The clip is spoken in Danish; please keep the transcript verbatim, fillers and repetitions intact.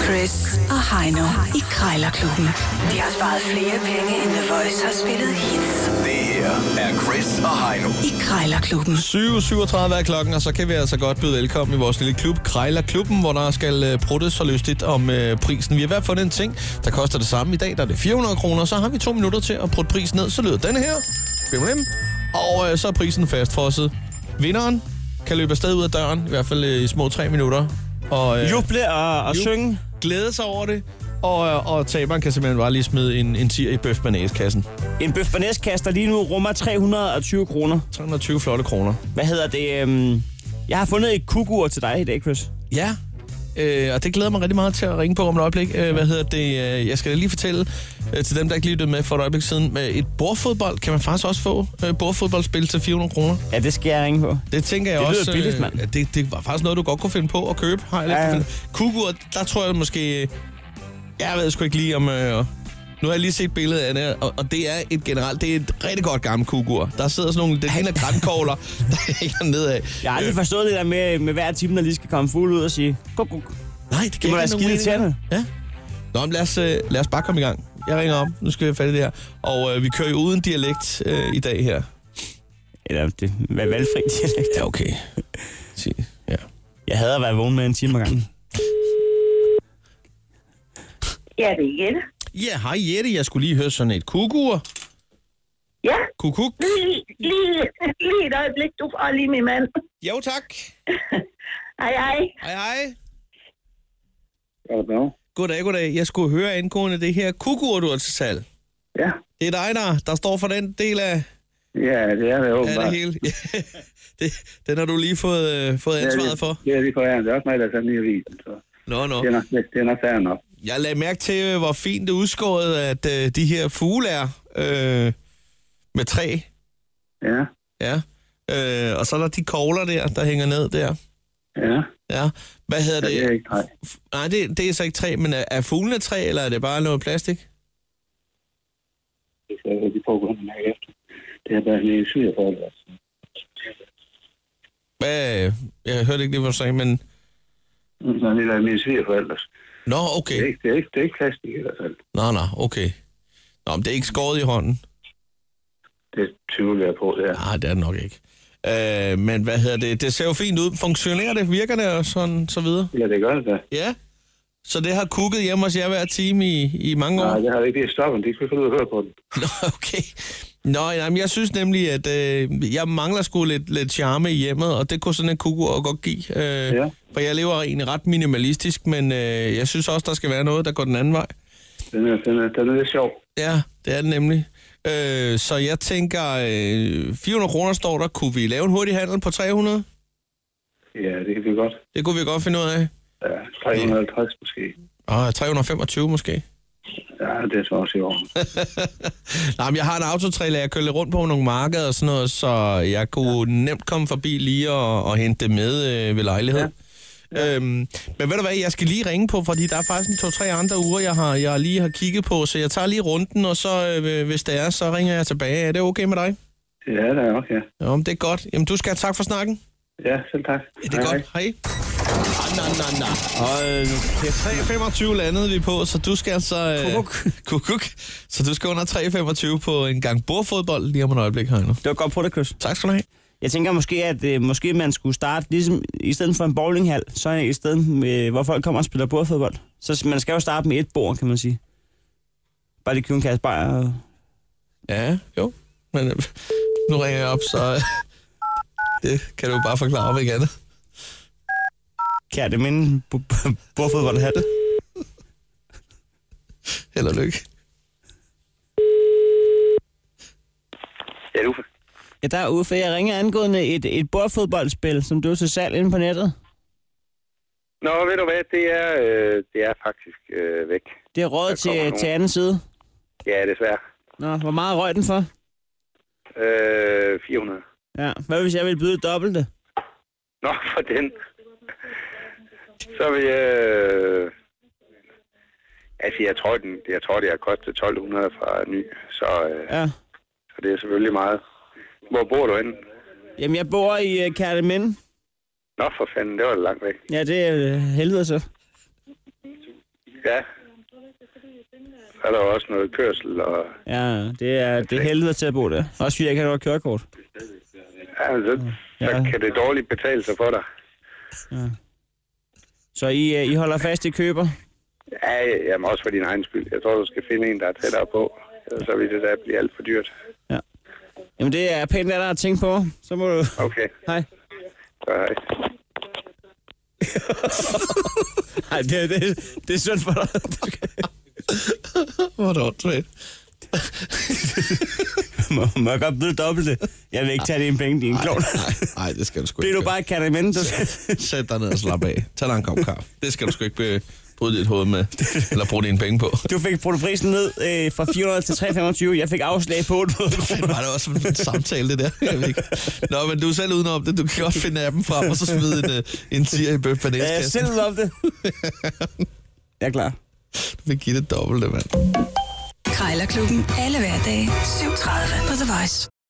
Chris og Heino i Krejlerklubben. De har sparet flere penge, end The Voice har spillet hits. Det her er Chris og Heino i Krejlerklubben. syv syvogtredive er klokken, og så kan vi altså godt byde velkommen i vores lille klub, Krejlerklubben, hvor der skal uh, pruttes så lystigt om uh, prisen. Vi har i hvert fald en ting, der koster det samme i dag, der er det fire hundrede kroner, så har vi to minutter til at prutte prisen ned. Så lyder denne her, og uh, så er prisen fastfrosset. Vinderen kan løbe afsted ud af døren, i hvert fald uh, i små tre minutter. Og, uh, juble og, og jub- synge. Glæde sig over det. Og, og taberen kan simpelthen bare lige smide en, en tier i bøf banæskassen. En bøf banæskasse, der lige nu rummer tre hundrede og tyve kroner. tre hundrede og tyve flotte kroner. Hvad hedder det? Øhm, jeg har fundet et kugur til dig i dag, Chris. Ja, øh, og det glæder mig rigtig meget til at ringe på om et øjeblik. Øh, hvad hedder det? Øh, jeg skal lige fortælle øh, til dem, der ikke lige lyttede med for et øjeblik siden. Med et bordfodbold kan man faktisk også få. Øh, bordfodboldspil til fire hundrede kroner. Ja, det skal jeg ringe på. Det tænker jeg det også. Det lyder billigt, mand. Øh, det, det var faktisk noget, du godt kunne finde på at købe. Har jeg ja, ja. Kugur, der tror jeg måske... Jeg ved sgu ikke lige om... Øh, nu har jeg lige set billedet af det, og, og det er et generelt, det er et rigtig godt gammelt kugur. Der sidder sådan nogle, det ligner grankogler, der hænger nedad. Jeg har aldrig øh. forstået det der med, med hver time, der lige skal komme fuld ud og sige, kuk, kuk. Nej, det kan det må være skide til. Ja. Nå, men lad os, øh, lad os bare komme i gang. Jeg ringer op, nu skal vi have fat i det her. Og øh, vi kører jo uden dialekt øh, i dag her. Eller det er valgfri dialekt. Ja, okay. Sig, ja. Jeg hader at være vågen med en time ad gangen. Ja, det er Jette. Ja, hej Jette. Jeg skulle lige høre sådan et kugur. Ja. Kukuk. Lige, lige, lige et øjeblik, du får lige min mand. Jo, tak. Hej, hej. Hej, hej. Goddag. Goddag, goddag. Jeg skulle høre angående det her kugur, du har til salg. Ja. Det er dig, der, der står for den del af... Ja, det er det åbenbart. Ja, det hele. det, den har du lige fået, øh, fået ansvaret for. Det er lige for jer. Det er også mig, der er sådan lige i avisen. Så. Nå, nå. Det er nok, det, det er nok fair nok. Jeg lagde mærke til, hvor fint det er udskåret, at øh, de her fugle er øh, med træ. Ja. Ja. Øh, og så er der de kogler der, der hænger ned der. Ja. Ja. Hvad hedder ja, det? det er ikke træ. Nej, det, det er så ikke træ, men er, er fuglene træ, eller er det bare noget plastik? Det skal jeg lige prøve at gå hen og mærke efter. Det er bare en svigerforhold. Hvad? Jeg hørte ikke det, hvad du sagde, men... Nå, det er mine svigerforældres. Nå, okay. Det er, ikke, det, er ikke, det er ikke plastik i hvert fald. Nå, nå, okay. Nå, men det er ikke skåret i hånden? Det tvivler jeg på, det er. Nej, det er det nok ikke. Øh, men hvad hedder det? Det ser jo fint ud. Funktionerer det? Virker det? Og sådan, så videre? Ja, det gør det da. Ja? Så det har kukket hjemme hos jer hver time i, i mange år? Nej, det har det ikke. Det er stoppen. De skal få ud og høre på den. Nå, okay. Nå, jamen, jeg synes nemlig, at øh, jeg mangler sgu lidt, lidt charme i hjemmet, og det kunne sådan en kugur godt give. Øh, ja. For jeg lever egentlig ret minimalistisk, men øh, jeg synes også, der skal være noget, der går den anden vej. Den er, den er, den er lidt sjov. Ja, det er den nemlig. Øh, så jeg tænker, øh, fire hundrede kroner står der. Kunne vi lave en hurtig handel på tre hundrede? Ja, det kan vi godt. Det kunne vi godt finde ud af. Ja, tre hundrede og halvtreds måske. Ah, tre hundrede og femogtyve måske. Ja, det er så også i år. Nej, men jeg har en autotrailer, jeg kører lidt rundt på nogle markeder og sådan noget, så jeg kunne ja. nemt komme forbi lige og, og hente det med øh, ved lejlighed. Ja. Ja. Øhm, men ved du hvad, jeg skal lige ringe på, fordi der er faktisk en to-tre andre uger, jeg, har, jeg lige har kigget på, så jeg tager lige runden, og så øh, hvis det er, så ringer jeg tilbage. Er det okay med dig? Ja, det er okay. Jo, det er godt. Jamen, du skal have tak for snakken. Ja, selv tak. Ja, det er hej, godt. Hej. Na, na, na. Hold nu kæft. tre femogtyve landede vi på, så du skal altså... Øh, kukuk. Kukuk. Så du skal under tre femogtyve på en gang bordfodbold lige om et øjeblik her nu. Det var godt på det, Chris. Tak skal du have. Jeg tænker måske, at øh, måske man skulle starte, ligesom i stedet for en bowlinghal, så i stedet, med, hvor folk kommer og spiller bordfodbold. Så man skal jo starte med et bord, kan man sige. Bare lige købe en kasse bajer. Og... Ja, jo. Men øh, nu ringer jeg op, så øh, det kan du bare forklare om igen. Kan jeg det minde bordfodbold have det? Held og lykke. Ja, Uffe. Ja, der er Uffe. Jeg ringer angående et, et bordfodboldspil, som du er til salg inde på nettet. Nå, ved du hvad, det er, øh, det er faktisk øh, væk. Det er råd til, til anden side? Ja, desværre. Nå, hvor meget røg den for? Øh, fire hundrede. Ja, hvad hvis jeg vil byde dobbelte? Nå, for den. Så vil jeg... Øh, altså, jeg tror, den, jeg tror, det har kostet tolv hundrede fra ny, så, øh, ja. så det er selvfølgelig meget. Hvor bor du henne? Jamen, jeg bor i uh, Kærteminde. Nå, for fanden, det var langt væk. Ja, det er uh, helvede så. Ja. Så er der jo også noget kørsel og... Ja, det er, det er helvede til at bo der. Også fordi jeg ikke har noget kørekort. Ja, så, Ja. så kan det dårligt betale sig for dig. Ja. Så I, I holder fast i køber? Ja, jamen også for din egen skyld. Jeg tror, du skal finde en, der er tættere på. Så vil det da blive alt for dyrt. Ja. Jamen, det er pænt, hvad der er at tænke på. Så må du... Okay. Hej. Så hej. Nej, det, det, det er synd for dig. Hvor er det åndssvagt. må, må jeg godt byde dobbelt det? Jeg vil ikke tage dine penge, din klovn. Nej, det skal du sgu Bliver ikke. du bare et kataminde, du Sæt dig ned og slap af. Tag dig en kop kaffe. Det skal du sgu ikke bryde dit hoved med, eller bruge dine penge på. Du fik prisen ned øh, fra fire hundrede til tre hundrede femogtyve. Jeg fik afslag på otte hundrede kroner. Var det også en samtale, det der? Jeg ved ikke. Nå, men du er selv udenom det. Du kan godt finde appen frem, og så smide en, en tier i bøf Jeg er selv ude om det. Jeg er klar. Du vil give det dobbelte, mand. Krejlerklubben. Alle hverdage. syv tredive på The Voice.